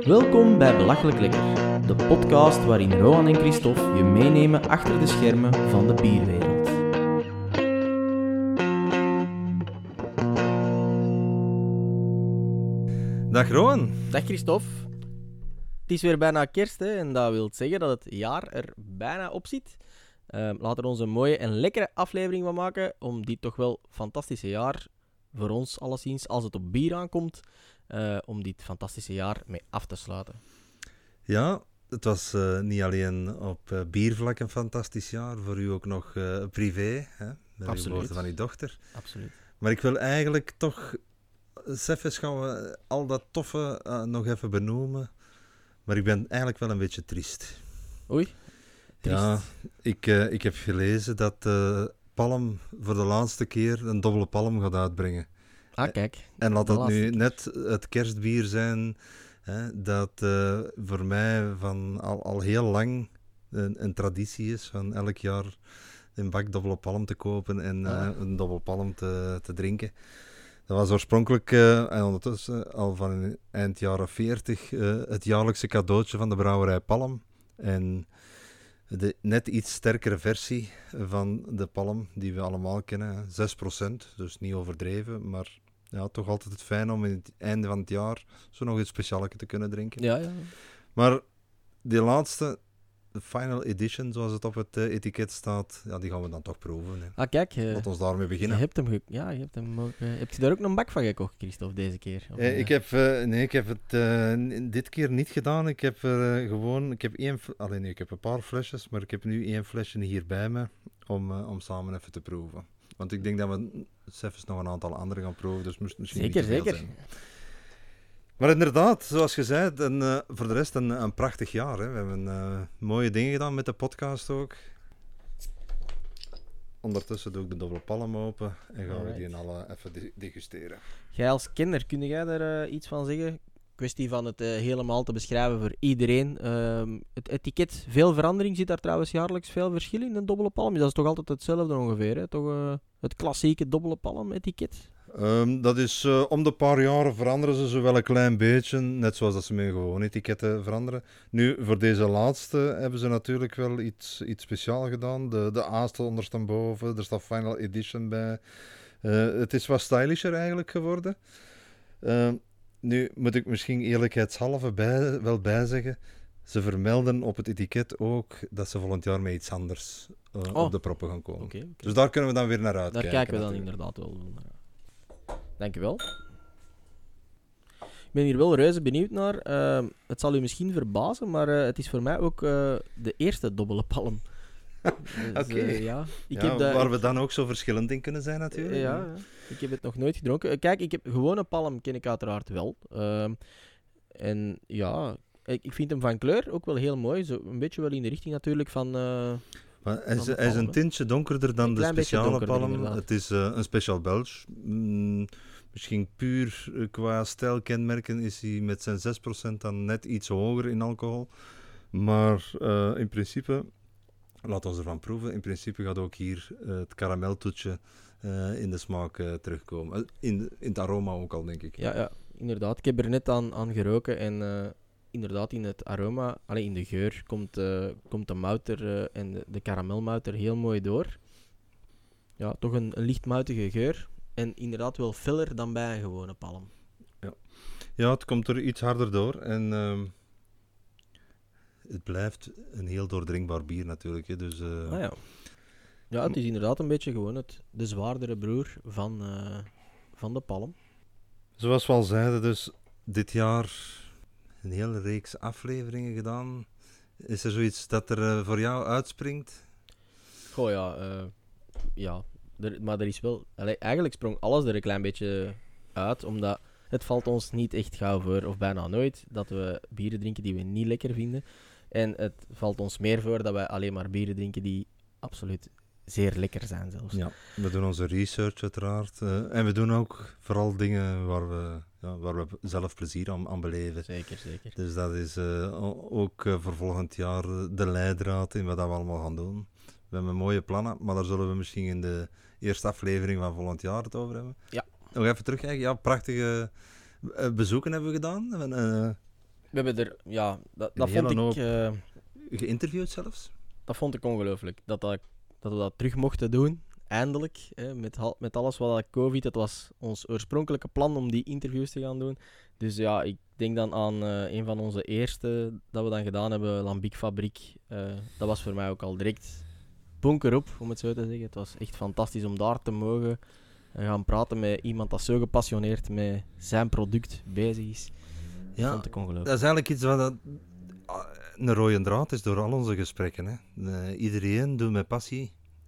Welkom bij Belachelijk Lekker, de podcast waarin Rohan en Christophe je meenemen achter de schermen van de bierwereld. Dag Rowan. Dag Christophe. Het is weer bijna kerst hè, en dat wil zeggen dat het jaar er bijna op zit. Laten we ons een mooie en lekkere aflevering van maken om dit toch wel fantastische jaar, voor ons alleszins, als het op bier aankomt, om dit fantastische jaar mee af te sluiten. Ja, het was niet alleen op biervlak een fantastisch jaar, voor u ook nog privé, hè, met de geboorte van uw dochter. Absoluut. Maar ik wil eigenlijk toch, Sefes gaan we al dat toffe nog even benoemen, maar ik ben eigenlijk wel een beetje triest. Oei, triest. Ja, ik heb gelezen dat Palm voor de laatste keer een dubbele Palm gaat uitbrengen. Ah, kijk. En laat dat nu keer. net het kerstbier zijn, hè, dat voor mij van al heel lang een traditie is van elk jaar een bak dubbele palm te kopen en een dubbele palm te drinken. Dat was oorspronkelijk, en ondertussen al van eind jaren 40, het jaarlijkse cadeautje van de brouwerij Palm. En de net iets sterkere versie van de Palm, die we allemaal kennen, 6%, dus niet overdreven, maar ja, toch altijd het fijn om in het einde van het jaar zo nog iets speciaals te kunnen drinken. Ja. Maar die laatste, de final edition, zoals het op het etiket staat, ja, die gaan we dan toch proeven. Hè. Ah, kijk. Laat ons daarmee Je beginnen. hebt hem je hebt hem ook... heb je daar ook een bak van gekocht, Christophe, deze keer? Of, Ik heb het dit keer niet gedaan. Ik heb gewoon... Ik heb ik heb een paar flesjes, maar ik heb nu 1 flesje hier bij me om samen even te proeven. Want ik denk dat we zelfs nog een aantal andere gaan proeven, dus misschien niet te veel Zeker. zijn. Maar inderdaad, zoals je zei, voor de rest een prachtig jaar. Hè. We hebben mooie dingen gedaan met de podcast ook. Ondertussen doe ik de dubbele palm open en gaan we die in alle even degusteren. Jij als kenner, kun jij daar iets van zeggen? Kwestie van het helemaal te beschrijven voor iedereen. Het etiket, veel verandering. Zit daar trouwens jaarlijks veel verschil in een dubbele palm? Dat is toch altijd hetzelfde ongeveer, hè? Toch het klassieke dubbele palm etiket? Dat is om de paar jaren veranderen ze wel een klein beetje, net zoals dat ze met gewoon etiketten veranderen. Nu, voor deze laatste hebben ze natuurlijk wel iets speciaals gedaan. De A staat ondersteboven, er staat Final Edition bij. Het is wat stylischer eigenlijk geworden. Nu moet ik misschien eerlijkheidshalve wel bijzeggen, ze vermelden op het etiket ook dat ze volgend jaar met iets anders op de proppen gaan komen. Okay. Dus daar kunnen we dan weer naar uitkijken. Daar kijken we dan inderdaad wel naar. Dankjewel. Ik ben hier wel reuze benieuwd naar. Het zal u misschien verbazen, maar het is voor mij ook de eerste dubbele palm. Dus, Oké. Waar we dan ook zo verschillend in kunnen zijn natuurlijk. Ja, ik heb het nog nooit gedronken. Kijk, ik heb gewone palm ken ik uiteraard wel. En ja, ik vind hem van kleur ook wel heel mooi. Zo een beetje wel in de richting natuurlijk van... Maar hij is een tintje donkerder dan de speciale palm. Inderdaad. Het is een speciaal Belge. Misschien puur qua stijlkenmerken is hij met zijn 6% dan net iets hoger in alcohol. Maar in principe, laat ons ervan proeven, in principe gaat ook hier het karameltoetje in de smaak terugkomen. In het aroma ook al, denk ik. Ja, inderdaad. Ik heb er net aan geroken en... inderdaad, in het aroma, in de geur, komt de mout en de karamelmout er heel mooi door. Ja, toch een licht moutige geur. En inderdaad wel feller dan bij een gewone palm. Ja, het komt er iets harder door. En het blijft een heel doordrinkbaar bier natuurlijk. Hè, dus, Ja, het is inderdaad een beetje gewoon de zwaardere broer van de palm. Zoals we al zeiden, dus dit jaar... een hele reeks afleveringen gedaan. Is er zoiets dat er voor jou uitspringt? Goh, ja. Maar er is wel... eigenlijk sprong alles er een klein beetje uit, omdat het valt ons niet echt gauw voor, of bijna nooit, dat we bieren drinken die we niet lekker vinden. En het valt ons meer voor dat wij alleen maar bieren drinken die absoluut zeer lekker zijn zelfs. Ja, we doen onze research uiteraard. En we doen ook vooral dingen waar we zelf plezier aan beleven. Zeker. Dus dat is ook voor volgend jaar de leidraad in wat we allemaal gaan doen. We hebben mooie plannen, maar daar zullen we misschien in de eerste aflevering van volgend jaar het over hebben. Ja. Nog even terugkijken. Ja, prachtige bezoeken hebben we gedaan. We hebben er... Ja, dat Een vond hele ik... hoop. Geïnterviewd zelfs? Dat vond ik ongelooflijk. Dat we dat terug mochten doen. Eindelijk. Met alles wat dat COVID... Het was ons oorspronkelijke plan om die interviews te gaan doen. Dus ja, ik denk dan aan een van onze eerste dat we dan gedaan hebben. Lambic Fabriek. Dat was voor mij ook al direct bonker op, om het zo te zeggen. Het was echt fantastisch om daar te mogen gaan praten met iemand dat zo gepassioneerd met zijn product bezig is. Dat vond ik ongelooflijk. Dat is eigenlijk iets wat een rode draad is door al onze gesprekken. Hè. Iedereen doet met passie.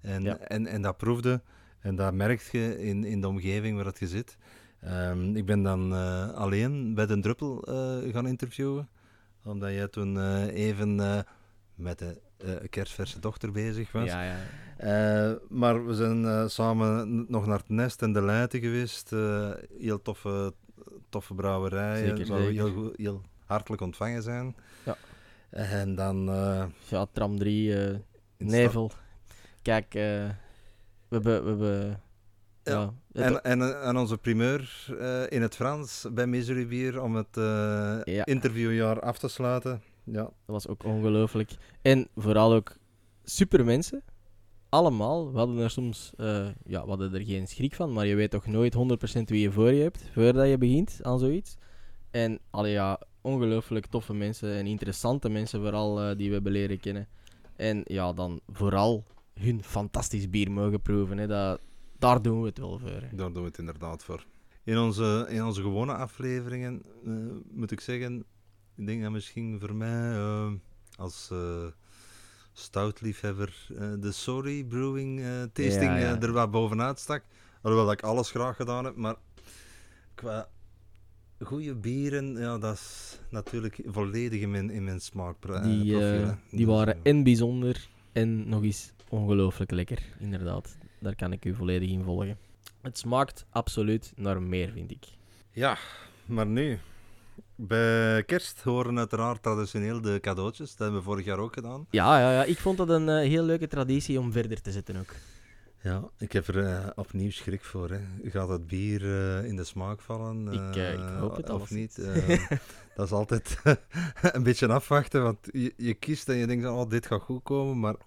En dat proefde. En dat merk je in de omgeving waar dat je zit. Ik ben dan alleen bij de Druppel gaan interviewen. Omdat jij toen even met de kerstverse dochter bezig was. Ja. Maar we zijn samen nog naar het Nest en de Leijten geweest. Heel toffe brouwerijen. Zeker, waar we zeker. heel hartelijk ontvangen zijn. Ja. En dan... Ja, tram 3, in Nevel. Kijk, we hebben... Ja. En onze primeur in het Frans bij Misery Bier om het interviewjaar af te sluiten. Ja. Dat was ook ongelooflijk. En vooral ook super mensen. Allemaal. We hadden er soms... we hadden er geen schrik van, maar je weet toch nooit 100% wie je voor je hebt, voordat je begint aan zoiets. En ongelooflijk toffe mensen en interessante mensen vooral die we hebben leren kennen. En ja, dan vooral hun fantastisch bier mogen proeven. Hè. Daar doen we het wel voor. Hè. Daar doen we het inderdaad voor. In onze gewone afleveringen moet ik zeggen, ik denk dat misschien voor mij als stoutliefhebber de Sorry Brewing tasting er wat bovenuit stak. Alhoewel dat ik alles graag gedaan heb, maar qua goede bieren, ja, dat is natuurlijk volledig in mijn smaakprofiel. Die waren en bijzonder en nog eens ongelooflijk lekker, inderdaad. Daar kan ik u volledig in volgen. Het smaakt absoluut naar meer, vind ik. Ja, maar nu... Bij kerst horen uiteraard traditioneel de cadeautjes. Dat hebben we vorig jaar ook gedaan. Ja. Ik vond dat een heel leuke traditie om verder te zetten ook. Ja, ik heb er opnieuw schrik voor. Hè. Gaat het bier in de smaak vallen? Ik hoop het of niet? Dat is altijd een beetje afwachten. Want je kiest en je denkt, oh, dit gaat goed komen, maar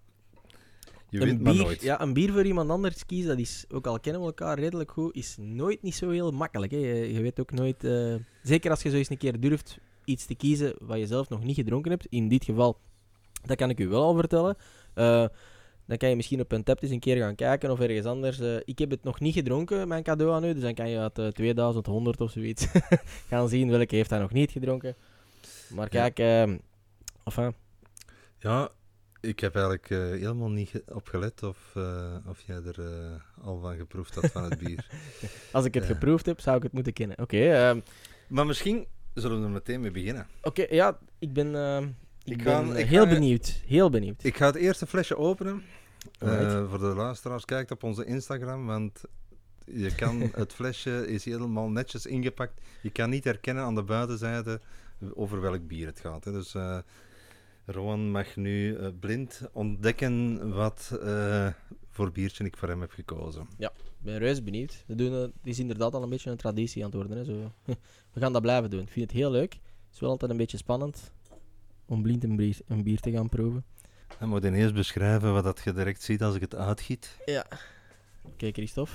je weet maar nooit. Ja, een bier voor iemand anders kiezen, dat is, ook al kennen we elkaar redelijk goed, is nooit niet zo heel makkelijk. Hè. Je weet ook nooit... zeker als je zo eens een keer durft iets te kiezen wat je zelf nog niet gedronken hebt. In dit geval, dat kan ik u wel al vertellen. Dan kan je misschien op een tap eens een keer gaan kijken of ergens anders. Ik heb het nog niet gedronken, mijn cadeau aan u. Dus dan kan je uit 2100 of zoiets gaan zien welke heeft hij nog niet gedronken. Maar kijk, Ja, ik heb eigenlijk helemaal niet op gelet of jij er al van geproefd had van het bier. Als ik het geproefd heb, zou ik het moeten kennen. Oké. Maar misschien zullen we er meteen mee beginnen. Oké, ja, ik ben heel benieuwd. Heel benieuwd. Ik ga het eerste flesje openen. Voor de luisteraars, kijk op onze Instagram, want je kan, het flesje is helemaal netjes ingepakt. Je kan niet herkennen aan de buitenzijde over welk bier het gaat. Hè. Dus Rowan mag nu blind ontdekken wat voor biertje ik voor hem heb gekozen. Ja, ik ben reuze benieuwd. Het is inderdaad al een beetje een traditie aan het worden. Hè. Zo. We gaan dat blijven doen. Ik vind het heel leuk. Het is wel altijd een beetje spannend om blind een bier te gaan proeven. Je moet ineens beschrijven wat dat je direct ziet als ik het uitgiet. Ja. Oké, Christophe.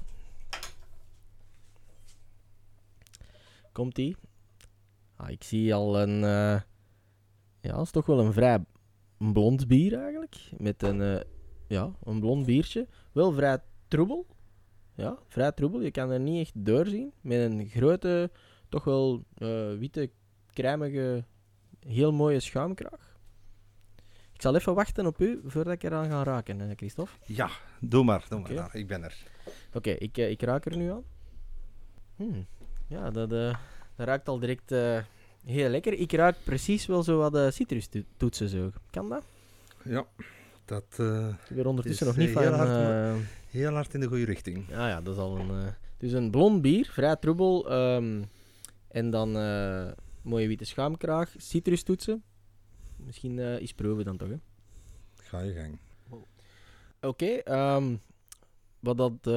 Komt-ie. Ik zie al een... dat is toch wel een vrij blond bier eigenlijk. Met een blond biertje. Wel vrij troebel. Ja, vrij troebel. Je kan er niet echt doorzien. Met een grote, toch wel witte, crèmige, heel mooie schuimkraag. Ik zal even wachten op u voordat ik eraan ga raken, Christophe. Ja, doe maar. Okay. Ik ben er. Oké, ik raak er nu aan. Ja, dat ruikt al direct heel lekker. Ik ruik precies wel zo wat citrustoetsen zo. Kan dat? Ja, dat ik ben ondertussen nog niet van... heel hard in de goede richting. Ja, dat is al dus een blond bier, vrij troebel. En dan mooie witte schuimkraag, citrustoetsen. Misschien eens proeven dan toch, hè? Ga je gang. Oké, wat dat...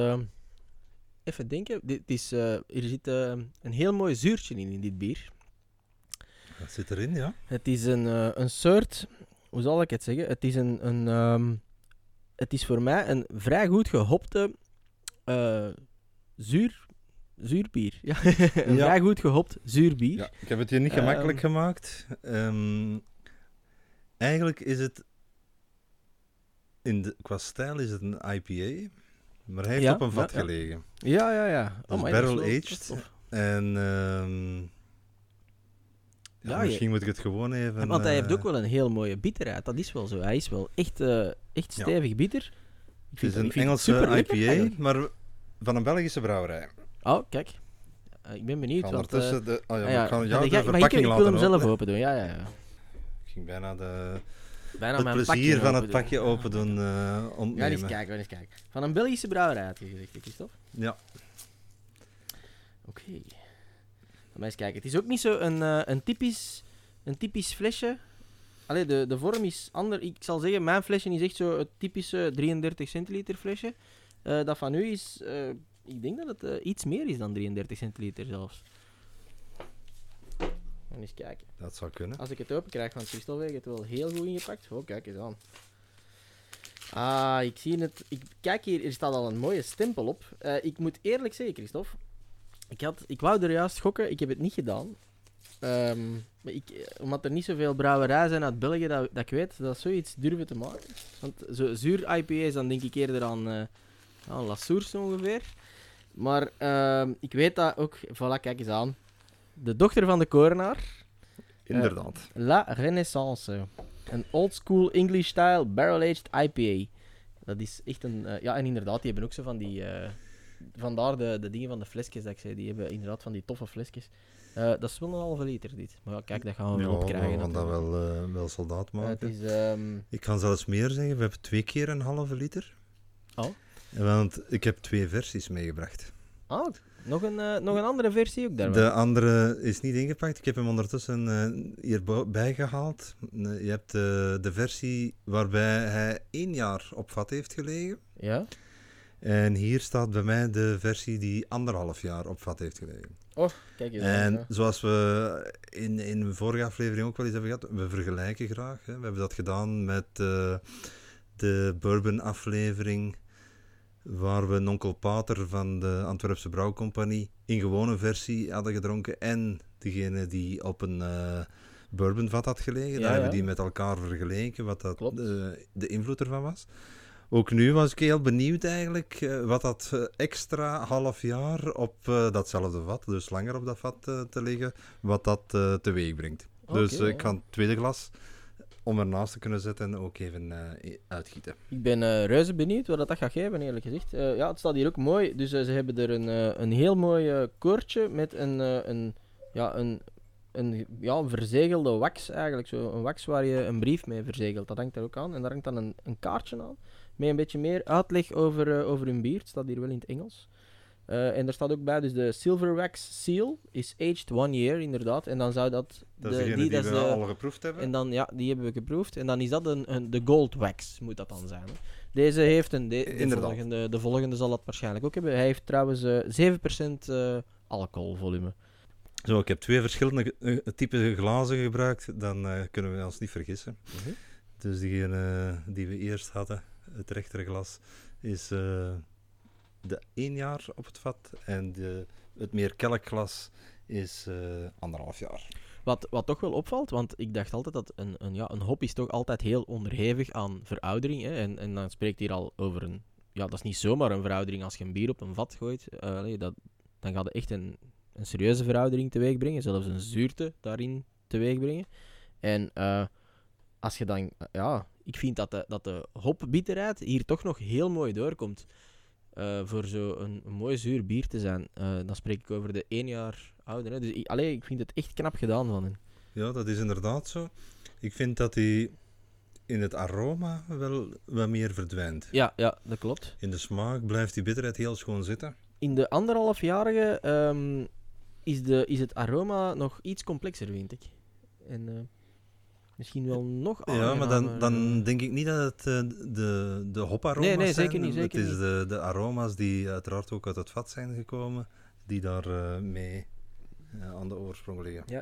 even denken. Er zit een heel mooi zuurtje in dit bier. Dat zit erin, ja. Het is een soort... Hoe zal ik het zeggen? Het is het is voor mij een vrij goed gehopte zuurbier. Ja. Een Ja. vrij goed gehopt zuurbier. Ja, ik heb het hier niet gemakkelijk gemaakt. Eigenlijk is het... Qua stijl is het een IPA, maar hij heeft Ja, op een vat ja. gelegen. Ja. Dat is maar barrel-aged. En misschien moet ik het gewoon even... Want hij heeft ook wel een heel mooie bitterheid. Dat is wel zo. Hij is wel echt stevig bitter. Het is een Engelse IPA, maar van een Belgische brouwerij. Oh, kijk. Ik ben benieuwd. Ik ga want, ondertussen ik ga jou maar de ik verpakking wil laten hem zelf openen. open doen. Ja. Ik ging bijna Bijna mijn het plezier pakje van het open doen. pakje open doen ontnemen. Ja, eens kijken. Van een Belgische brouwerij had je gezegd, Christophe? Ja. Oké. Laat mij eens kijken. Het is ook niet zo een typisch flesje. Allee, de vorm is anders. Ik zal zeggen, mijn flesje is echt zo het typische 33 centiliter flesje. Dat van u is... ik denk dat het iets meer is dan 33 centiliter zelfs. Eens kijken. Dat zou kunnen. Als ik het open krijg van Christophe, heb ik het wel heel goed ingepakt. Oh, kijk eens aan. Ah, ik zie het. Kijk hier, er staat al een mooie stempel op. Ik moet eerlijk zeggen, Christophe. Ik wou er juist gokken, ik heb het niet gedaan. Maar omdat er niet zoveel brouwerijen zijn uit België dat ik weet dat zoiets durven te maken. Want zo zuur IPA's, dan denk ik eerder aan La Source ongeveer. Maar ik weet dat ook... Voilà, kijk eens aan. De dochter van de korenaar. Inderdaad. La Renaissance. Een old school English style barrel-aged IPA. Dat is echt een... en inderdaad, die hebben ook zo van die... vandaar de dingen van de flesjes dat ik zei. Die hebben inderdaad van die toffe flesjes. Dat is wel een halve liter, dit. Maar ja, kijk, dat gaan we wel opkrijgen. We gaan dat wel soldaat maken. Het is... Ik kan zelfs meer zeggen. We hebben 2 keer een halve liter. Oh. Want ik heb 2 versies meegebracht. Oh, nog een andere versie ook daar. De andere is niet ingepakt. Ik heb hem ondertussen hierbij gehaald. Je hebt de versie waarbij hij 1 jaar op vat heeft gelegen. Ja? En hier staat bij mij de versie die 1,5 jaar op vat heeft gelegen. Oh, kijk eens. En zoals we in de vorige aflevering ook wel eens hebben gehad, we vergelijken graag. Hè. We hebben dat gedaan met de Bourbon aflevering, waar we een onkel Pater van de Antwerpse Brouwcompagnie in gewone versie hadden gedronken en degene die op een bourbonvat had gelegen. Daar hebben we die met elkaar vergeleken, wat dat de invloed ervan was. Ook nu was ik heel benieuwd eigenlijk wat dat extra half jaar op datzelfde vat, dus langer op dat vat te liggen, wat dat teweeg brengt. Okay, dus ik ga het tweede glas om ernaast te kunnen zetten en ook even uitgieten. Ik ben reuze benieuwd wat dat gaat geven, eerlijk gezegd. Het staat hier ook mooi. Dus ze hebben er een heel mooi koordje met een verzegelde wax eigenlijk. Zo een wax waar je een brief mee verzegelt. Dat hangt er ook aan. En daar hangt dan een kaartje aan. Met een beetje meer uitleg over hun bier. Het staat hier wel in het Engels. En er staat ook bij, dus de Silver Wax Seal is aged 1 year, inderdaad. En dan zou dat... Dat is degene die we al geproefd hebben. En dan, die hebben we geproefd. En dan is dat de Gold Wax, moet dat dan zijn. Hè. Deze heeft de volgende zal dat waarschijnlijk ook hebben. Hij heeft trouwens 7% alcoholvolume. Zo, ik heb 2 verschillende typen glazen gebruikt. Dan kunnen we ons niet vergissen. Mm-hmm. Dus diegene die we eerst hadden, het rechtere glas, is de 1 jaar op het vat. En het meer kelkglas is 1,5 jaar. Wat toch wel opvalt, want ik dacht altijd dat een hop is toch altijd heel onderhevig aan veroudering. Hè? En dan spreekt hier al over een... Ja, dat is niet zomaar een veroudering als je een bier op een vat gooit. Dan gaat het echt een serieuze veroudering teweeg brengen. Zelfs een zuurte daarin teweeg brengen. En als je dan... ik vind dat de hopbitterheid hier toch nog heel mooi doorkomt. Voor zo'n mooi zuur bier te zijn. Dan spreek ik over de 1 jaar ouder. Hè. Dus ik vind het echt knap gedaan van hen. Ja, dat is inderdaad zo. Ik vind dat hij in het aroma wel wat meer verdwijnt. Ja, dat klopt. In de smaak blijft die bitterheid heel schoon zitten. In de 1,5-jarige is het aroma nog iets complexer, vind ik. En misschien wel nog aangenamer. Ja, maar dan denk ik niet dat het de hoparoma's nee, zijn. Zeker niet. Het is de aroma's die uiteraard ook uit het vat zijn gekomen, die daar mee aan de oorsprong liggen. Ja.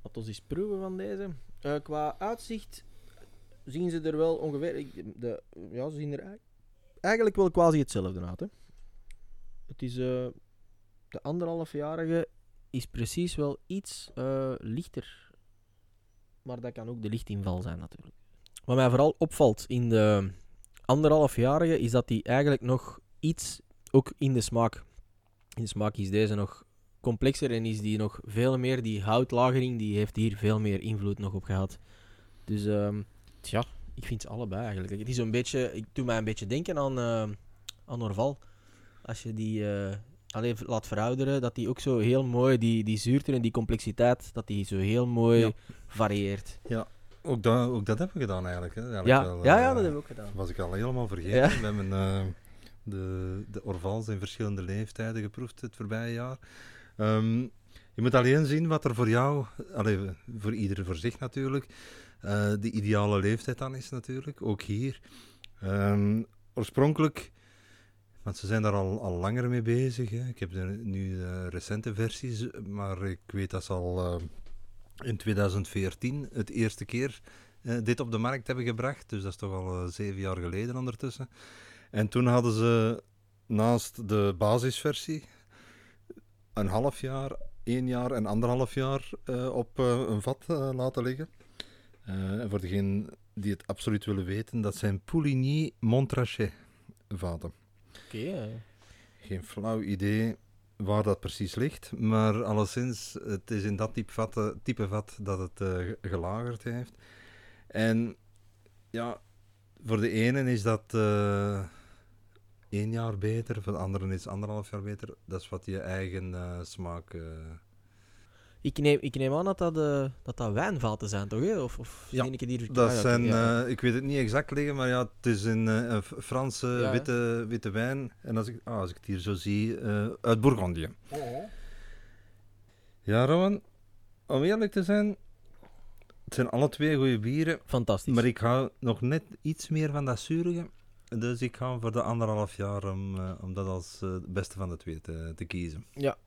Laten we eens proeven van deze. Qua uitzicht zien ze er wel ongeveer... ze zien er eigenlijk wel quasi hetzelfde uit. Hè. Het is... de 1,5-jarige is precies wel iets lichter. Maar dat kan ook de lichtinval zijn natuurlijk. Wat mij vooral opvalt in de 1,5-jarige is dat die eigenlijk nog iets... Ook in de smaak. In de smaak is deze nog complexer en is die nog veel meer... Die houtlagering die heeft hier veel meer invloed nog op gehad. Dus ik vind ze allebei eigenlijk. Het is een beetje... Ik doe mij een beetje denken aan Orval. Als je die... laat verouderen, dat die ook zo heel mooi, die zuurte en die complexiteit, dat die zo heel mooi varieert. Ja, ook dat hebben we gedaan eigenlijk. Hè. Dat hebben we ook gedaan. Was ik al helemaal vergeten. Ja. We hebben de Orvals in verschillende leeftijden geproefd het voorbije jaar. Je moet alleen zien wat er voor jou, voor ieder voor zich natuurlijk, de ideale leeftijd dan is natuurlijk, ook hier. Oorspronkelijk... Want ze zijn daar al langer mee bezig. Hè. Ik heb nu recente versies, maar ik weet dat ze al in 2014 het eerste keer dit op de markt hebben gebracht. Dus dat is toch al 7 jaar geleden ondertussen. En toen hadden ze naast de basisversie een half jaar, 1 jaar en 1,5 jaar op een vat laten liggen. En voor degenen die het absoluut willen weten, dat zijn Pouligny Montrachet vaten. Okay. Geen flauw idee waar dat precies ligt, maar alleszins, het is in dat type vat dat het gelagerd heeft. En ja, voor de ene is dat 1 jaar beter, voor de andere is 1,5 jaar beter. Dat is wat je eigen smaak... Ik neem aan dat wijnvaten zijn, toch? Hè? Of ja, dat zijn, ik weet het niet exact liggen, maar ja, het is een Franse witte wijn. En als ik het hier zo zie, uit Bourgondië. Oh. Ja, Rowan, om eerlijk te zijn, het zijn alle 2 goede bieren. Fantastisch. Maar ik hou nog net iets meer van dat zurige. Dus ik ga voor de 1,5 jaar om dat als het beste van de 2 te kiezen. Ja,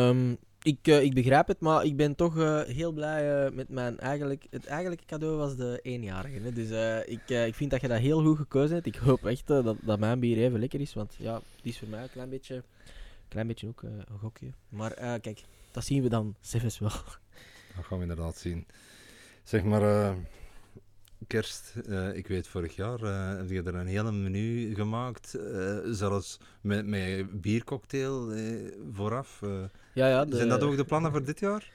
ik begrijp het, maar ik ben toch heel blij met mijn het eigenlijke cadeau was de 1-jarige. Hè. Dus ik vind dat je dat heel goed gekozen hebt. Ik hoop echt dat mijn bier even lekker is, want ja, die is voor mij een klein beetje ook een gokje. Maar kijk, dat zien we dan zelfs wel. Dat gaan we inderdaad zien. Zeg maar, kerst, ik weet vorig jaar heb je er een hele menu gemaakt, zelfs met biercocktail vooraf. Zijn dat ook de plannen voor dit jaar?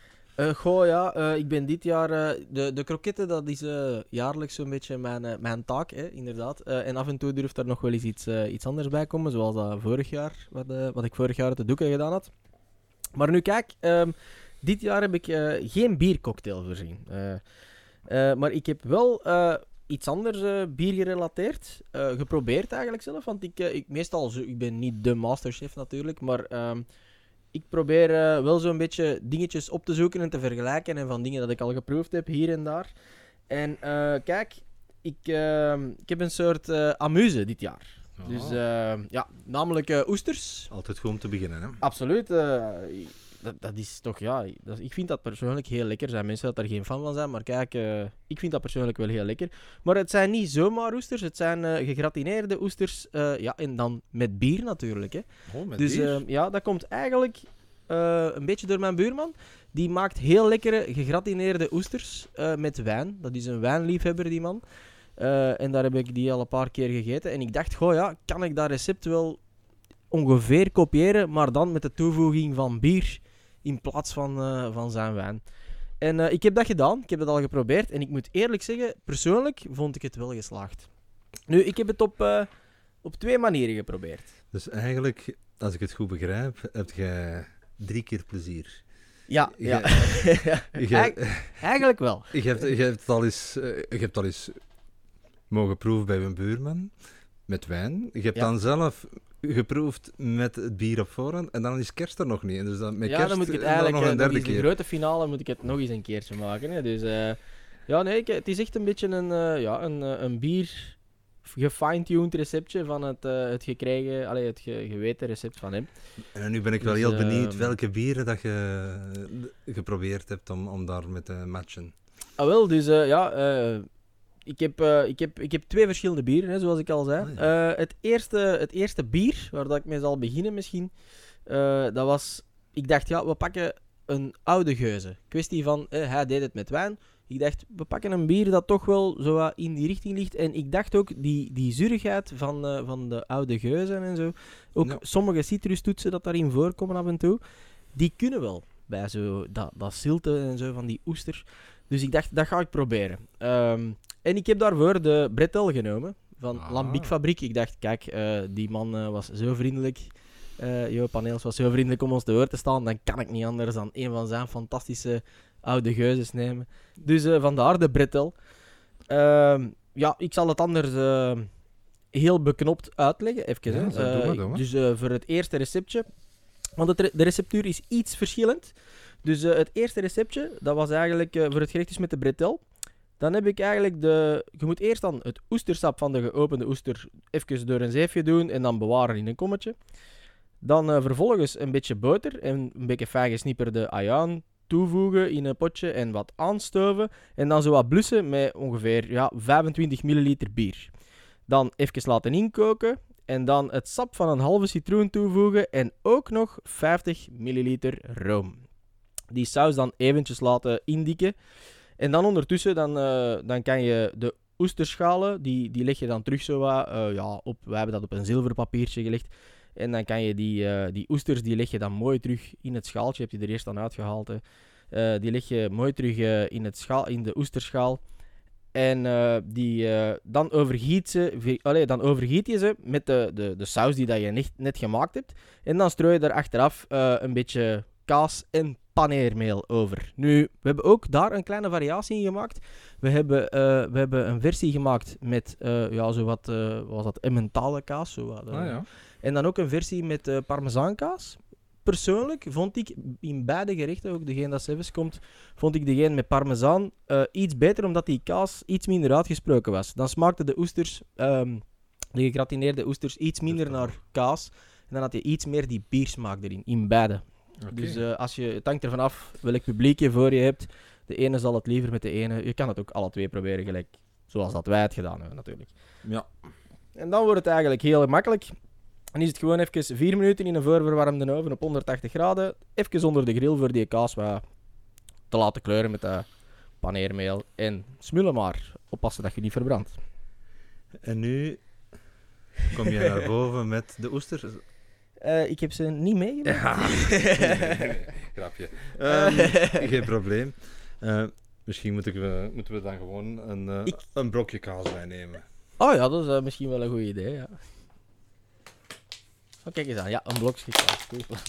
Ik ben dit jaar... de kroketten, dat is jaarlijks zo'n beetje mijn taak, inderdaad. En af en toe durft er nog wel eens iets anders bij komen, zoals dat vorig jaar, wat ik vorig jaar uit de doeken gedaan had. Maar nu kijk, dit jaar heb ik geen biercocktail voorzien. Maar ik heb wel iets anders biergerelateerd geprobeerd eigenlijk zelf. Want ik ben niet de masterchef natuurlijk, maar ik probeer wel zo'n beetje dingetjes op te zoeken en te vergelijken en van dingen dat ik al geproefd heb hier en daar. En kijk, ik heb een soort amuse dit jaar. Oh. Dus namelijk oesters. Altijd goed om te beginnen, hè? Absoluut. Dat is toch, ik vind dat persoonlijk heel lekker. Er zijn mensen dat er geen fan van zijn, maar kijk, ik vind dat persoonlijk wel heel lekker. Maar het zijn niet zomaar oesters, het zijn gegratineerde oesters, en dan met bier natuurlijk. Hè. Oh, met bier? Dat komt eigenlijk een beetje door mijn buurman. Die maakt heel lekkere gegratineerde oesters met wijn. Dat is een wijnliefhebber, die man. En daar heb ik die al een paar keer gegeten. En ik dacht, kan ik dat recept wel ongeveer kopiëren, maar dan met de toevoeging van bier in plaats van zijn wijn. En ik heb dat gedaan, ik heb het al geprobeerd en ik moet eerlijk zeggen, persoonlijk vond ik het wel geslaagd. Nu, ik heb het op 2 manieren geprobeerd. Dus eigenlijk, als ik het goed begrijp, heb jij 3 keer plezier. Ja. Eigenlijk wel. Je hebt al eens mogen proeven bij een buurman met wijn. Je hebt dan zelf geproefd met het bier op voorhand en dan is kerst er nog niet. En dus dan dan moet ik het eigenlijk nog een derde keer. De grote finale moet ik het nog eens een keertje maken. Hè. Dus het is echt een beetje een bier gefine-tuned receptje van het gekregen, het geweten recept van hem. En nu ben ik wel Dus, heel benieuwd welke bieren dat je geprobeerd hebt om daar mee te matchen. Wel, dus ik heb 2 verschillende bieren, hè, zoals ik al zei. Ah, ja. Het eerste bier, waar dat ik mee zal beginnen misschien, dat was... Ik dacht, we pakken een oude geuze. Kwestie van, hij deed het met wijn. Ik dacht, we pakken een bier dat toch wel zo wat in die richting ligt. En ik dacht ook, die zuurigheid van de oude geuzen en zo. Ook sommige citrustoetsen dat daarin voorkomen af en toe. Die kunnen wel bij zo dat zilte en zo van die oester. Dus ik dacht, dat ga ik proberen. En ik heb daarvoor de Bretel genomen van Lambic Fabriek. Ik dacht, kijk, die man was zo vriendelijk. Jo Paneels was zo vriendelijk om ons te woord te staan. Dan kan ik niet anders dan een van zijn fantastische oude geuzes nemen. Dus vandaar de Bretel. Ik zal het anders heel beknopt uitleggen. Even, doe maar. Dus voor het eerste receptje. Want de receptuur is iets verschillend. Dus het eerste receptje, dat was eigenlijk voor het gerecht is met de Bretel. Dan heb ik eigenlijk je moet eerst dan het oestersap van de geopende oester even door een zeefje doen en dan bewaren in een kommetje. Dan vervolgens een beetje boter en een beetje fijn gesnipperde ajuin toevoegen in een potje en wat aanstoven. En dan zo wat blussen met ongeveer 25 milliliter bier. Dan even laten inkoken en dan het sap van een halve citroen toevoegen en ook nog 50 milliliter room. Die saus dan eventjes laten indikken. En dan ondertussen dan kan je de oesterschalen, die leg je dan terug zo wat op. Wij hebben dat op een zilverpapiertje gelegd. En dan kan je die oesters, die leg je dan mooi terug in het schaaltje. Heb je er eerst dan uitgehaald. Die leg je mooi terug in de oesterschaal. En dan overgiet je ze met de saus die dat je net gemaakt hebt. En dan strooi je er achteraf een beetje kaas en paneermeel over. Nu, we hebben ook daar een kleine variatie in gemaakt. We hebben een versie gemaakt met wat was dat, Emmentaler kaas. En dan ook een versie met parmezaankaas. Persoonlijk vond ik in beide gerechten, ook degene dat zelfs komt, vond ik degene met parmezaan iets beter, omdat die kaas iets minder uitgesproken was. Dan smaakten de oesters, de gegratineerde oesters, iets minder naar kaas. En dan had je iets meer die biersmaak erin, in beide. Okay. Dus het hangt ervan af welk publiek je voor je hebt. De ene zal het liever met de ene. Je kan het ook alle twee proberen, gelijk zoals dat wij het gedaan hebben, natuurlijk. Ja. En dan wordt het eigenlijk heel makkelijk. Dan is het gewoon even 4 minuten in een voorverwarmde oven op 180 graden. Even onder de grill voor die kaas wat te laten kleuren met dat paneermeel. En smullen maar. Oppassen dat je niet verbrandt. En nu kom je naar boven met de oesters. Ik heb ze niet meegemaakt. Ja. Grapje. Geen probleem. Misschien moeten we dan gewoon een brokje kaas bijnemen. Oh ja, dat is misschien wel een goed idee, ja. Oh, kijk eens aan. Ja, een blokje kaas.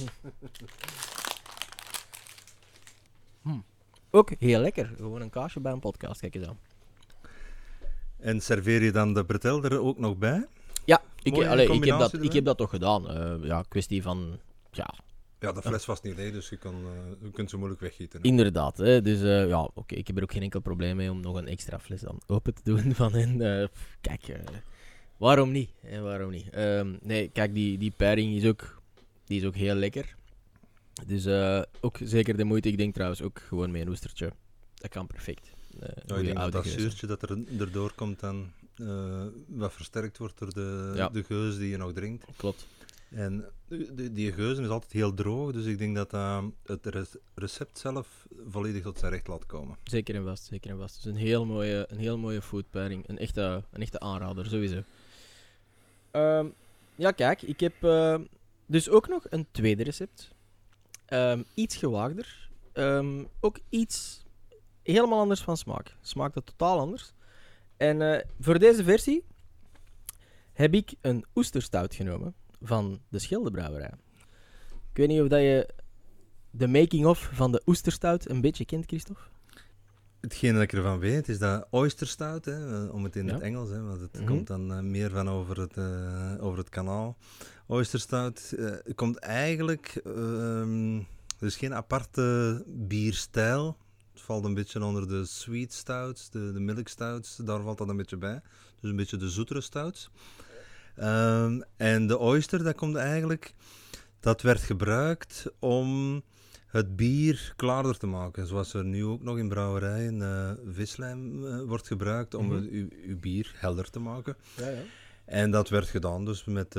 Ook heel lekker. Gewoon een kaasje bij een podcast. Kijk eens aan. En serveer je dan de bretel er ook nog bij? Ja, ik heb dat toch gedaan. Kwestie van... Ja, de fles was niet leeg, dus je kunt ze moeilijk weggieten. Inderdaad. Hè. Dus ik heb er ook geen enkel probleem mee om nog een extra fles dan open te doen van hen. Waarom niet? Waarom niet? Nee, kijk, die pairing is ook heel lekker. Dus ook zeker de moeite. Ik denk trouwens ook gewoon met een oestertje. Dat kan perfect. Ik denk dat zuurtje dat erdoor komt dan wat versterkt wordt door de geus die je nog drinkt. Klopt. En die geuzen is altijd heel droog, dus ik denk dat het recept zelf volledig tot zijn recht laat komen. Zeker en vast. Het is een heel mooie food pairing. Een echte aanrader, sowieso. Kijk, ik heb dus ook nog een tweede recept. Iets gewaagder. Ook iets helemaal anders van smaak. Smaakt het totaal anders. En voor deze versie heb ik een oesterstout genomen van de Scheldebrouwerij. Ik weet niet of dat je de making-of van de oesterstout een beetje kent, Christophe? Hetgene dat ik ervan weet is dat oesterstout, om het in het Engels, want het komt dan meer van over het kanaal. Oesterstout komt eigenlijk, er is geen aparte bierstijl, valt een beetje onder de sweet stouts, de milk stouts. Daar valt dat een beetje bij. Dus een beetje de zoetere stouts. En de oyster, dat werd gebruikt om het bier klaarder te maken. Zoals er nu ook nog in brouwerijen vislijm wordt gebruikt om uw bier helder te maken. Ja. En dat werd gedaan dus met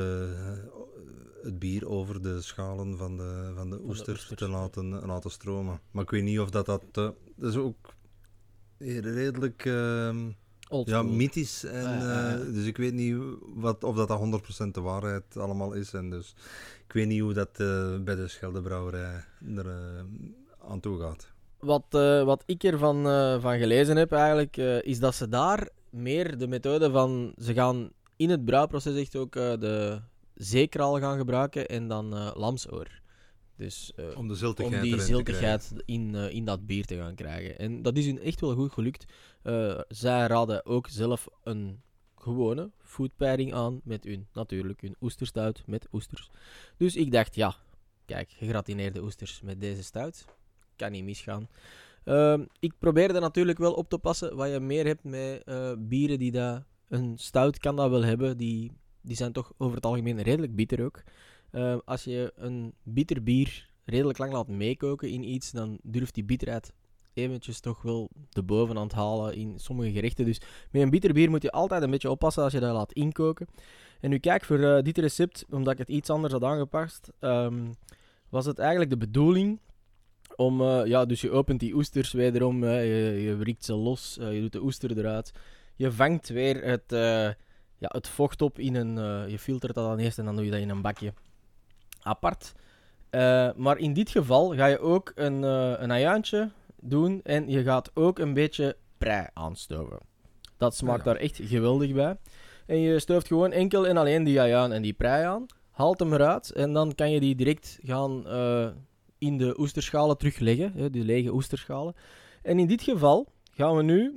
het bier over de schalen van de oester te laten stromen. Maar ik weet niet of dat is ook redelijk mythisch. En, dus ik weet niet of dat 100% de waarheid allemaal is. En dus ik weet niet hoe dat bij de Scheldebrouwerij er aan toe gaat. Wat ik ervan van gelezen heb eigenlijk, is dat ze daar meer de methode van... Ze gaan in het brouwproces echt ook de zeekraal gaan gebruiken en dan lamsoor. Dus, om de ziltigheid, om die ziltigheid in dat bier te gaan krijgen. En dat is hun echt wel goed gelukt. Zij raden ook zelf een gewone food pairing aan met hun oesterstout met oesters. Dus ik dacht, ja, kijk, gegratineerde oesters met deze stout. Kan niet misgaan. Ik probeerde natuurlijk wel op te passen wat je meer hebt met bieren die dat... Een stout kan dat wel hebben. Die zijn toch over het algemeen redelijk bitter ook. Als je een bitter bier redelijk lang laat meekoken in iets, dan durft die bitterheid eventjes toch wel de bovenhand halen in sommige gerechten. Dus met een bitter bier moet je altijd een beetje oppassen als je dat laat inkoken. En nu kijk, voor dit recept, omdat ik het iets anders had aangepast, was het eigenlijk de bedoeling om... dus je opent die oesters wederom, je wrikt ze los, je doet de oester eruit. Je vangt weer het vocht op in een... je filtert dat dan eerst en dan doe je dat in een bakje apart. Maar in dit geval ga je ook een ajuintje doen en je gaat ook een beetje prei aanstoven. Dat smaakt daar echt geweldig bij. En je stooft gewoon enkel en alleen die ajuin en die prei aan. Haalt hem eruit en dan kan je die direct gaan in de oesterschalen terugleggen. Die lege oesterschalen. En in dit geval gaan we nu...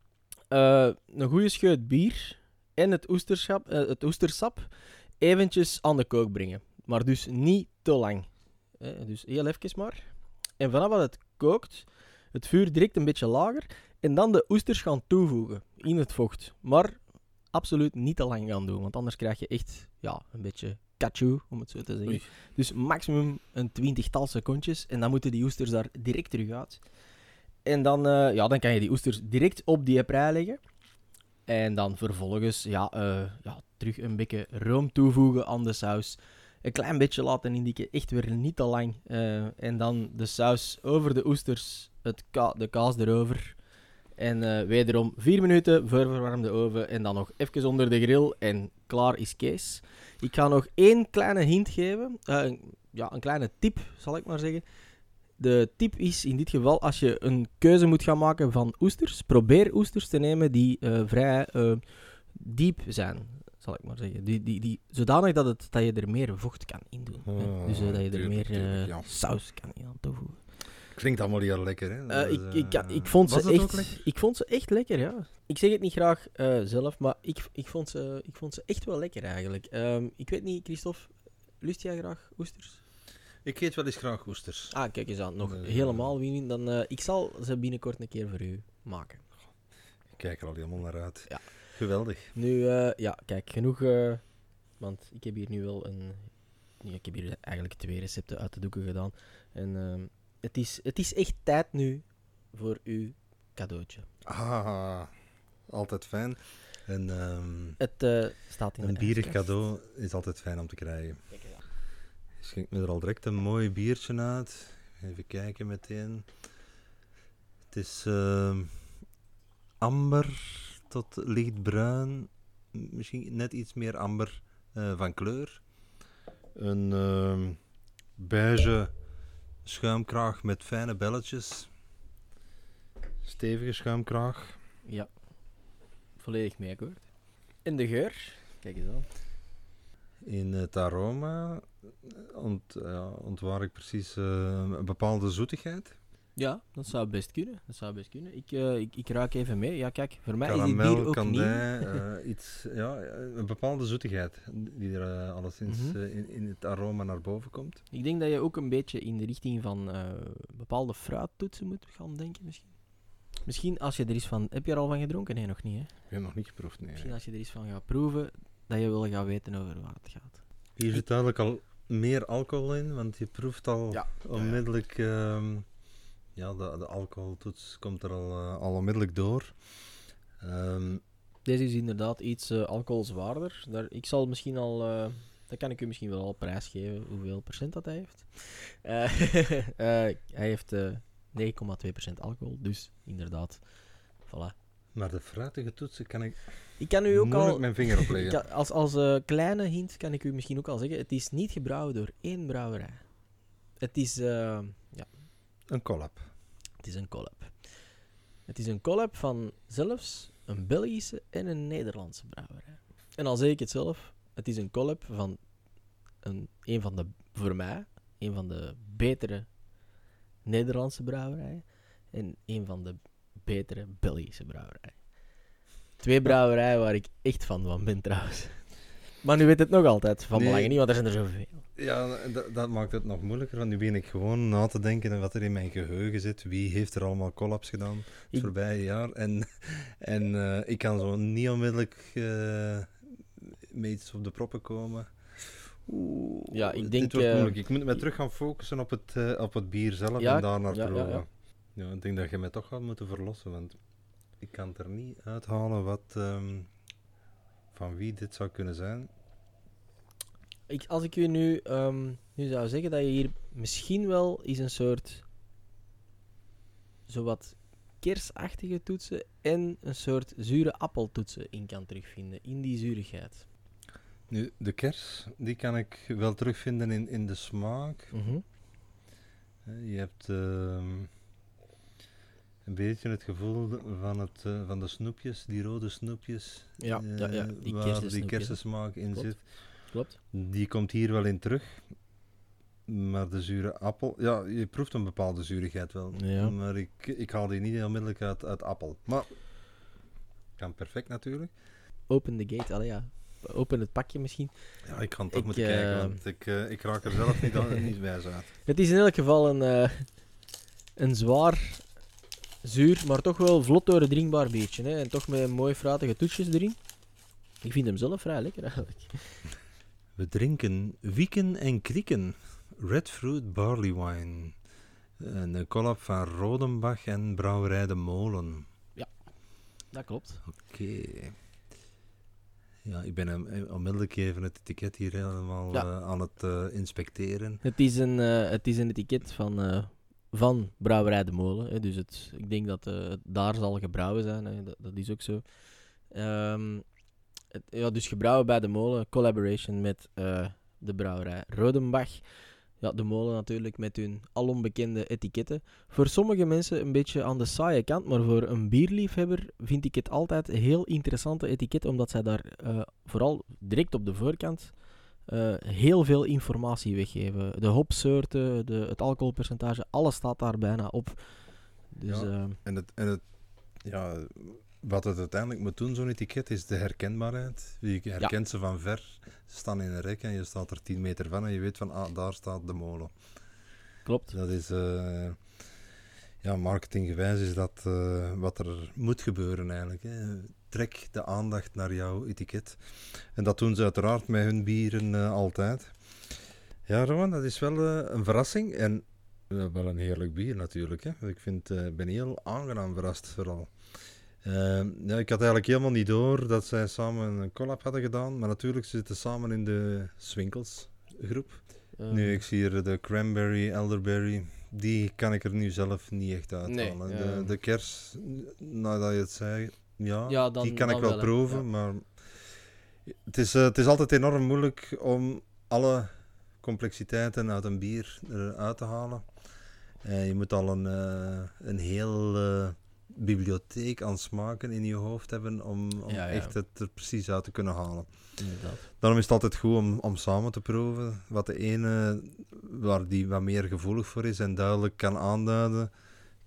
een goede scheut bier en het oestersap eventjes aan de kook brengen. Maar dus niet te lang. Dus heel even maar. En vanaf dat het kookt, het vuur direct een beetje lager en dan de oesters gaan toevoegen in het vocht. Maar absoluut niet te lang gaan doen, want anders krijg je echt een beetje kachu, om het zo te zeggen. Oei. Dus maximum een 20-tal secondjes en dan moeten die oesters daar direct terug uit. En dan, dan kan je die oesters direct op die prei leggen. En dan vervolgens terug een beetje room toevoegen aan de saus. Een klein beetje laten indikken, echt weer niet te lang. En dan de saus over de oesters, de kaas erover. En wederom 4 minuten voor verwarmde oven. En dan nog even onder de grill en klaar is Kees. Ik ga nog 1 kleine hint geven. Een kleine tip, zal ik maar zeggen. De tip is in dit geval, als je een keuze moet gaan maken van oesters, probeer oesters te nemen die vrij diep zijn, zal ik maar zeggen. Die zodanig dat je er meer vocht kan in doen. Dus dat je er meer saus kan in aan toevoegen. Klinkt allemaal heel lekker, hè? Ik vond ze echt lekker, ja. Ik zeg het niet graag zelf, maar ik vond ze echt wel lekker eigenlijk. Ik weet niet, Christophe, lust jij graag oesters? Ik eet wel eens graag oesters. Ah, kijk eens aan. Nog helemaal wie dan... ik zal ze binnenkort een keer voor u maken. Ik kijk er al helemaal naar uit. Ja. Geweldig. Nu, kijk, genoeg... want ik heb hier nu wel ik heb hier eigenlijk 2 recepten uit de doeken gedaan. En het is echt tijd nu voor uw cadeautje. Ah, altijd fijn. En, het staat in een bierig cadeau is altijd fijn om te krijgen. Kijk eens aan. Schenk me er al direct een mooi biertje uit. Even kijken meteen. Het is amber tot lichtbruin. Misschien net iets meer amber van kleur. Een beige schuimkraag met fijne belletjes. Stevige schuimkraag. Ja, volledig meeakkoord. En de geur? Kijk eens aan. In het aroma ontwaar ik precies een bepaalde zoetigheid. Ja, dat zou best kunnen. Ik ruik even mee. Ja, kijk, voor mij is dit Karamel, bier ook kandij, nieuw. iets, ja, een bepaalde zoetigheid die er alleszins Mhm. in het aroma naar boven komt. Ik denk dat je ook een beetje in de richting van bepaalde fruittoetsen moet gaan denken misschien. Misschien als je er eens van... Heb je er al van gedronken? Nee, nog niet, hè? Ik heb nog niet geproefd, nee. Misschien als je er eens van gaat proeven, dat je wel gaat weten over waar het gaat. Hier zit duidelijk al meer alcohol in, want je proeft al Ja. onmiddellijk... de alcoholtoets komt er al onmiddellijk door. Deze is inderdaad iets alcoholzwaarder. Ik zal misschien al... dat kan ik u misschien wel al prijsgeven, hoeveel procent dat hij heeft. Hij heeft 9,2% alcohol, dus inderdaad. Voilà. Maar de fruitige toetsen kan ik Ik kan u ook moeilijk al... mijn vinger opleggen. Als kleine hint kan ik u misschien ook al zeggen, het is niet gebrouwen door één brouwerij. Het is... Een collab. Het is een collab. Het is een collab van zelfs een Belgische en een Nederlandse brouwerij. En al zeg ik het zelf, het is een collab van een van de, voor mij, een van de betere Nederlandse brouwerijen en een van de betere Belgische brouwerijen. 2 brouwerijen waar ik echt van ben trouwens. Maar nu weet het nog altijd, van belangen niet, want er zijn er zoveel. Ja, dat maakt het nog moeilijker, want nu begin ik gewoon na te denken aan wat er in mijn geheugen zit. Wie heeft er allemaal collabs gedaan het voorbije jaar? En ik kan zo niet onmiddellijk met iets op de proppen komen. Ja, ik dit denk... wordt moeilijk. Ik moet me terug gaan focussen op het bier zelf en daar naar proeven. Ja, ik denk dat je mij toch gaat moeten verlossen, want ik kan het er niet uithalen van wie dit zou kunnen zijn. Als ik u nu zou zeggen dat je hier misschien wel eens een soort zowat kersachtige toetsen en een soort zure appeltoetsen in kan terugvinden, in die zurigheid. Nu, de kers, die kan ik wel terugvinden in de smaak. Je hebt een beetje het gevoel van de snoepjes, die rode snoepjes, waar die kersensmaak in zit. Klopt. Die komt hier wel in terug. Maar de zure appel... Ja, je proeft een bepaalde zurigheid wel. Ja. Maar ik haal die niet onmiddellijk uit appel. Maar... kan perfect natuurlijk. Open the gate, allee ja. Open het pakje misschien. Ja, ik kan toch moeten kijken, want ik raak er zelf niet wijs uit. Het is in elk geval een zwaar, zuur, maar toch wel vlot door het drinkbaar biertje. Hè? En toch met mooie fruitige toetsjes erin. Ik vind hem zelf vrij lekker eigenlijk. We drinken Wieken en Krieken. Red Fruit Barley Wine. Een collab van Rodenbach en Brouwerij de Molen. Ja, dat klopt. Oké. Ja, ik ben onmiddellijk even het etiket hier helemaal aan het inspecteren. Het is een etiket van Brouwerij de Molen. Hè. Dus ik denk dat het daar zal gebrouwen zijn. Hè. Dat is ook zo. Dus gebrouwen bij de molen. Collaboration met de brouwerij Rodenbach. Ja, de molen natuurlijk met hun alombekende etiketten. Voor sommige mensen een beetje aan de saaie kant, maar voor een bierliefhebber vind ik het altijd een heel interessante etiket, omdat zij daar vooral direct op de voorkant heel veel informatie weggeven. De hopsoorten, het alcoholpercentage, alles staat daar bijna op. Dus, wat het uiteindelijk moet doen, zo'n etiket, is de herkenbaarheid. Je herkent ze van ver. Ze staan in een rek en je staat er 10 meter van en je weet van, daar staat de molen. Klopt. Dat is... marketinggewijs is dat wat er moet gebeuren eigenlijk. Hè. Trek de aandacht naar jouw etiket. En dat doen ze uiteraard met hun bieren altijd. Ja, Rowan, dat is wel een verrassing. En wel een heerlijk bier natuurlijk. Hè. Ik ben heel aangenaam verrast vooral. Ik had eigenlijk helemaal niet door dat zij samen een collab hadden gedaan. Maar natuurlijk zitten samen in de Swinkels groep. Nu, ik zie hier de Cranberry, Elderberry. Die kan ik er nu zelf niet echt uithalen. Nee, de kers, nadat je het zei, die kan ik wel proeven. Ja. Maar het is altijd enorm moeilijk om alle complexiteiten uit een bier eruit te halen. Je moet al een heel bibliotheek aan smaken in je hoofd hebben om echt het er precies uit te kunnen halen. Inderdaad. Daarom is het altijd goed om samen te proeven. Wat de ene, waar die wat meer gevoelig voor is en duidelijk kan aanduiden,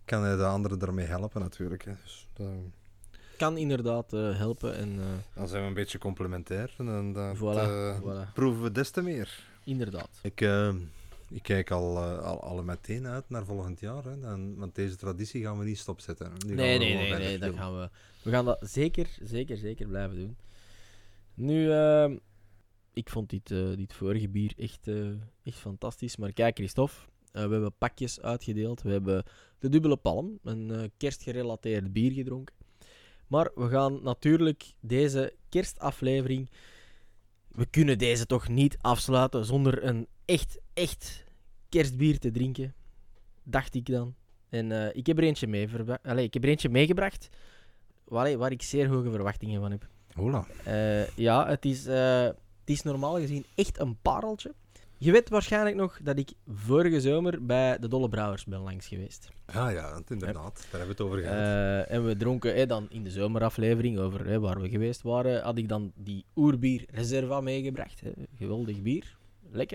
kan hij de anderen daarmee helpen natuurlijk. Hè. Dus, Kan inderdaad helpen. En, dan zijn we een beetje complementair. En dan voilà. proeven we des te meer. Inderdaad. Ik kijk al meteen uit naar volgend jaar. Hè. Want deze traditie gaan we niet stopzetten. Hè. Die gaan we gewoon verder Nee. doen. We gaan dat zeker blijven doen. Nu, ik vond dit vorige bier echt fantastisch. Maar kijk, Christophe, we hebben pakjes uitgedeeld. We hebben de Dubbele Palm, een kerstgerelateerd bier gedronken. Maar we gaan natuurlijk deze kerstaflevering... We kunnen deze toch niet afsluiten zonder een echt kerstbier te drinken. Dacht ik dan. En ik heb er eentje meegebracht waar ik zeer hoge verwachtingen van heb. Hola. Ja, het is normaal gezien echt een pareltje. Je weet waarschijnlijk nog dat ik vorige zomer bij de Dolle Brouwers ben langs geweest. Ja, inderdaad. Daar hebben we het over gehad. En we dronken dan in de zomeraflevering over waar we geweest waren, had ik dan die oerbier Reserva meegebracht. Geweldig bier. Lekker.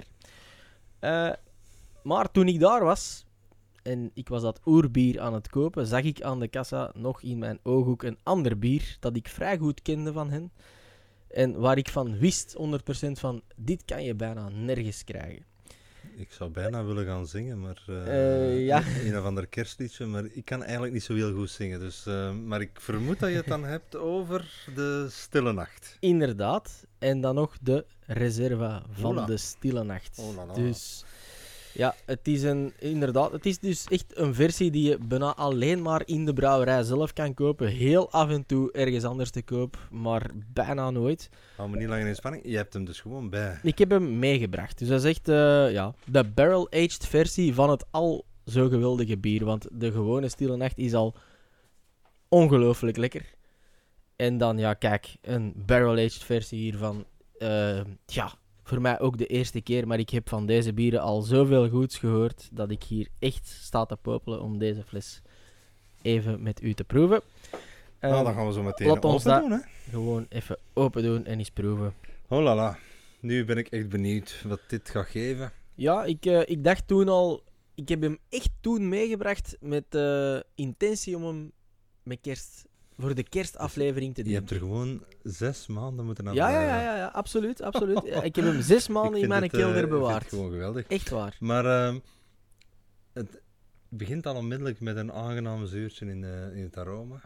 Maar toen ik daar was en ik was dat oerbier aan het kopen, zag ik aan de kassa nog in mijn ooghoek een ander bier dat ik vrij goed kende van hen. En waar ik van wist, 100% van, dit kan je bijna nergens krijgen. Ik zou bijna willen gaan zingen, maar ja. Een of ander kerstliedje, maar ik kan eigenlijk niet zo heel goed zingen. Dus, maar ik vermoed dat je het dan hebt over de Stille Nacht. Inderdaad. En dan nog de Reserva van Ola. de Stille Nacht. Oh la la. Dus ja, het is dus echt een versie die je bijna alleen maar in de brouwerij zelf kan kopen. Heel af en toe ergens anders te koop, maar bijna nooit. Hou me niet langer in spanning. Je hebt hem dus gewoon bij. Ik heb hem meegebracht. Dus dat is echt de barrel-aged versie van het al zo geweldige bier. Want de gewone Stille Nacht is al ongelooflijk lekker. En dan, ja, kijk, een barrel-aged versie hiervan. Voor mij ook de eerste keer. Maar ik heb van deze bieren al zoveel goeds gehoord dat ik hier echt sta te popelen om deze fles even met u te proeven. Nou, dan gaan we zo meteen laat ons open doen, hè. Gewoon even open doen en eens proeven. Oh la la. Nu ben ik echt benieuwd wat dit gaat geven. Ja, ik dacht toen al... Ik heb hem echt toen meegebracht met de intentie om hem met voor de kerstaflevering te doen. Je hebt er gewoon 6 maanden moeten aan Ja, absoluut. Ja, ik heb hem 6 maanden in mijn kelder bewaard. Ik vind het gewoon geweldig. Echt waar. Maar het begint al onmiddellijk met een aangenaam zuurtje in het aroma.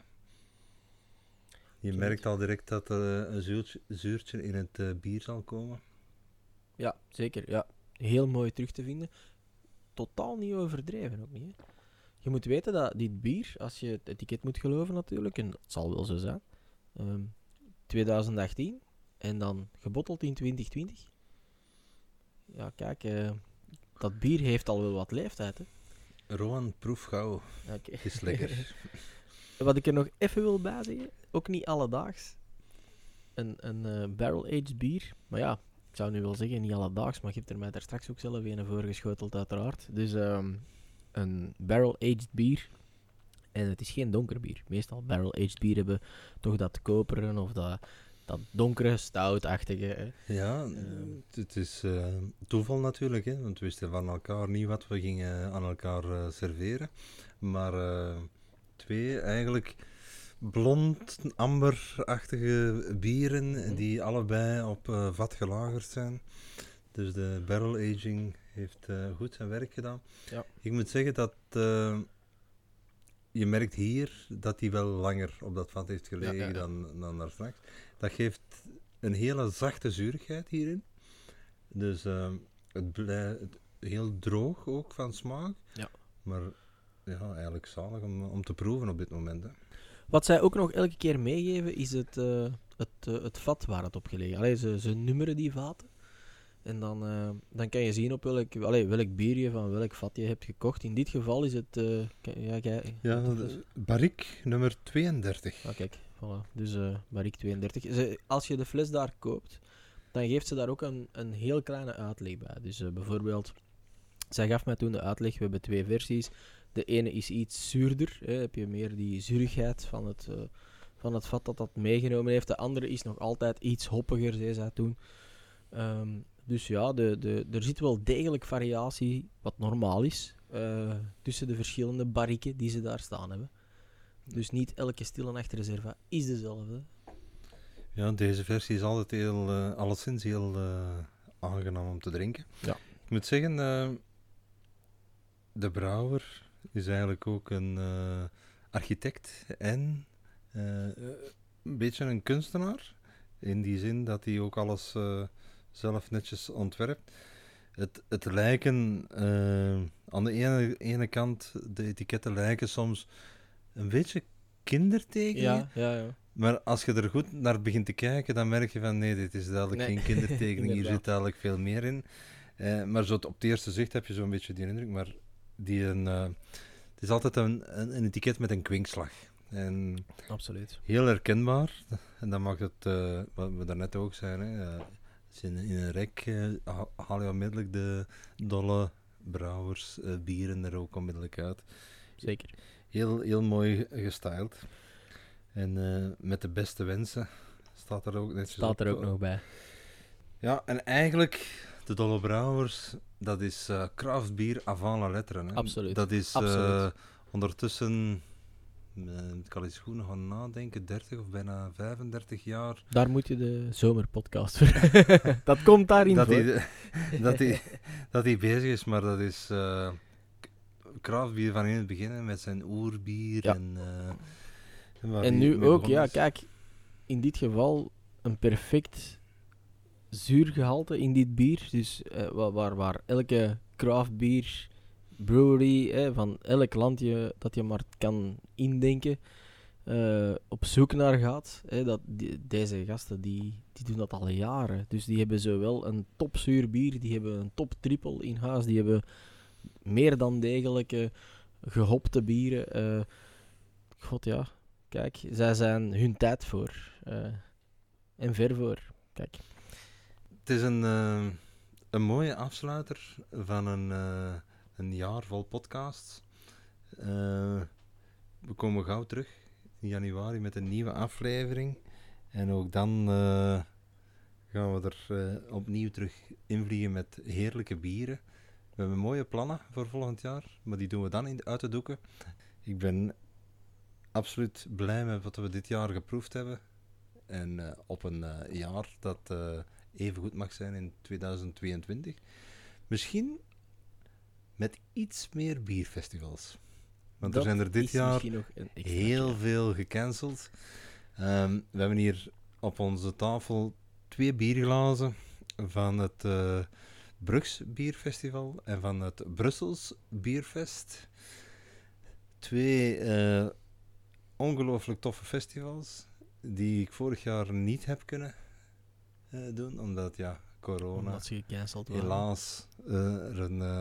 Je merkt al direct dat er een zuurtje in het bier zal komen. Ja, zeker. Ja. Heel mooi terug te vinden. Totaal niet overdreven ook niet. Hè. Je moet weten dat dit bier, als je het etiket moet geloven natuurlijk, en dat zal wel zo zijn, 2018 en dan gebotteld in 2020. Ja, kijk, dat bier heeft al wel wat leeftijd. Hè. Roan, proef gauw. Okay. Het is lekker. Wat ik er nog even wil bij zeggen, ook niet alledaags, een barrel-aged bier, maar ja, ik zou nu wel zeggen niet alledaags, maar je hebt er mij daar straks ook zelf een voorgeschoteld uiteraard. Dus een barrel-aged bier. En het is geen donker bier. Meestal barrel-aged bier hebben toch dat koperen of dat donkere, stoutachtige. Hè. Ja, het is toeval natuurlijk, hè, want we wisten van elkaar niet wat we gingen aan elkaar serveren. Maar 2 eigenlijk blond, amberachtige bieren die allebei op vat gelagerd zijn. Dus de barrel aging heeft goed zijn werk gedaan. Ja. Ik moet zeggen dat je merkt hier dat hij wel langer op dat vat heeft gelegen dan daar straks. Dat geeft een hele zachte zuurigheid hierin. Dus het blijft heel droog ook van smaak. Ja. Maar ja, eigenlijk zalig om te proeven op dit moment. Hè. Wat zij ook nog elke keer meegeven is het vat waar het op gelegen. Allee, ze nummeren die vaten. En dan kan je zien op welk bier je van welk vat je hebt gekocht. In dit geval is het... Barrique nummer 32. Ah, kijk, voilà. Dus Barrique 32. Als je de fles daar koopt, dan geeft ze daar ook een heel kleine uitleg bij. Dus bijvoorbeeld, zij gaf mij toen de uitleg, we hebben 2 versies. De ene is iets zuurder, heb je meer die zuurigheid van het vat dat meegenomen heeft. De andere is nog altijd iets hoppiger, zei zij toen. Dus ja, er zit wel degelijk variatie, wat normaal is. tussen de verschillende barrieken die ze daar staan hebben. Dus niet elke stille nachtreserva is dezelfde. Ja, deze versie is altijd alleszins heel aangenaam om te drinken. Ja. Ik moet zeggen, de brouwer is eigenlijk ook een architect en een beetje een kunstenaar. In die zin dat hij ook alles zelf netjes ontwerpt. Het lijken aan de ene kant, de etiketten lijken soms een beetje kindertekeningen. Ja. Maar als je er goed naar begint te kijken, dan merk je van nee, dit is duidelijk geen kindertekening, hier zit duidelijk veel meer in. Maar zo op het eerste zicht heb je zo'n beetje die indruk, maar het is altijd een etiket met een kwinkslag. En absoluut. Heel herkenbaar. En dat maakt het, wat we daarnet ook zeiden, als je in een rek haal je onmiddellijk de dolle brouwers, bieren er ook onmiddellijk uit. Zeker. Heel mooi gestyled. En met de beste wensen staat er ook netjes Staat er ook nog bij. Ja, en eigenlijk, de Dolle Brouwers, dat is craft bier avant la lettre. Hè? Absoluut. Dat is Absoluut. Ondertussen, ik kan eens goed nog gaan nadenken, 30 of bijna 35 jaar. Daar moet je de zomerpodcast voor. Dat komt daarin voor. Dat hij bezig is, maar dat is craftbier van in het begin, met zijn oerbier. Ja. En nu ook, ja, kijk, in dit geval een perfect zuurgehalte in dit bier. Dus waar elke craft bier brewery van elk landje dat je maar kan indenken op zoek naar gaat. Deze gasten die doen dat al jaren. Dus die hebben zowel een topzuur bier, die hebben een top triple in huis, die hebben meer dan degelijke gehopte bieren. God ja, kijk, zij zijn hun tijd voor. En ver voor. Kijk. Het is een mooie afsluiter van een jaar vol podcasts. We komen gauw terug in januari met een nieuwe aflevering. En ook dan gaan we er opnieuw terug invliegen met heerlijke bieren. We hebben mooie plannen voor volgend jaar, maar die doen we dan uit de doeken. Ik ben absoluut blij met wat we dit jaar geproefd hebben. En op een jaar dat even goed mag zijn in 2022. Misschien met iets meer bierfestivals. Want er zijn er dit jaar heel veel gecanceld. We hebben hier op onze tafel 2 bierglazen van het Brugs Bierfestival en van het Brussels Bierfest. 2 ongelooflijk toffe festivals die ik vorig jaar niet heb kunnen doen, omdat corona, omdat ze gecanceld waren. Helaas er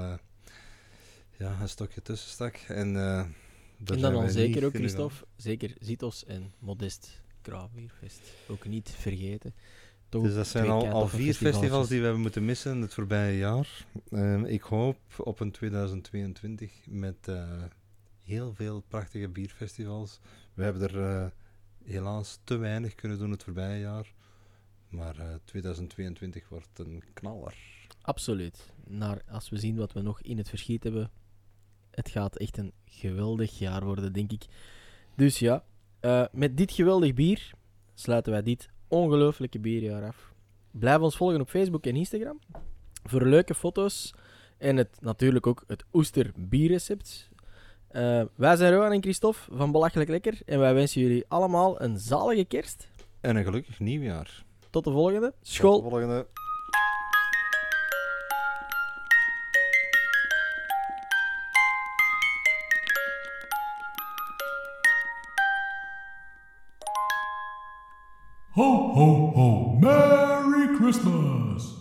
een stokje tussen stak. En dan al zeker ook, Christophe, zeker Zitos en Modest Kraafbierfest. Ook niet vergeten. Toch dus dat zijn al 4 festivals die we hebben moeten missen het voorbije jaar. Ik hoop op een 2022 met heel veel prachtige bierfestivals. We hebben er helaas te weinig kunnen doen het voorbije jaar. Maar 2022 wordt een knaller. Absoluut. Als we zien wat we nog in het verschiet hebben, het gaat echt een geweldig jaar worden, denk ik. Dus ja, met dit geweldig bier sluiten wij dit ongelooflijke bierjaar af. Blijf ons volgen op Facebook en Instagram voor leuke foto's en natuurlijk ook het Oester bierrecept. Wij zijn Rowan en Christophe van Belachelijk Lekker en wij wensen jullie allemaal een zalige kerst. En een gelukkig nieuwjaar. Tot de volgende. School! Tot de volgende. Ho, ho, ho! Merry Christmas!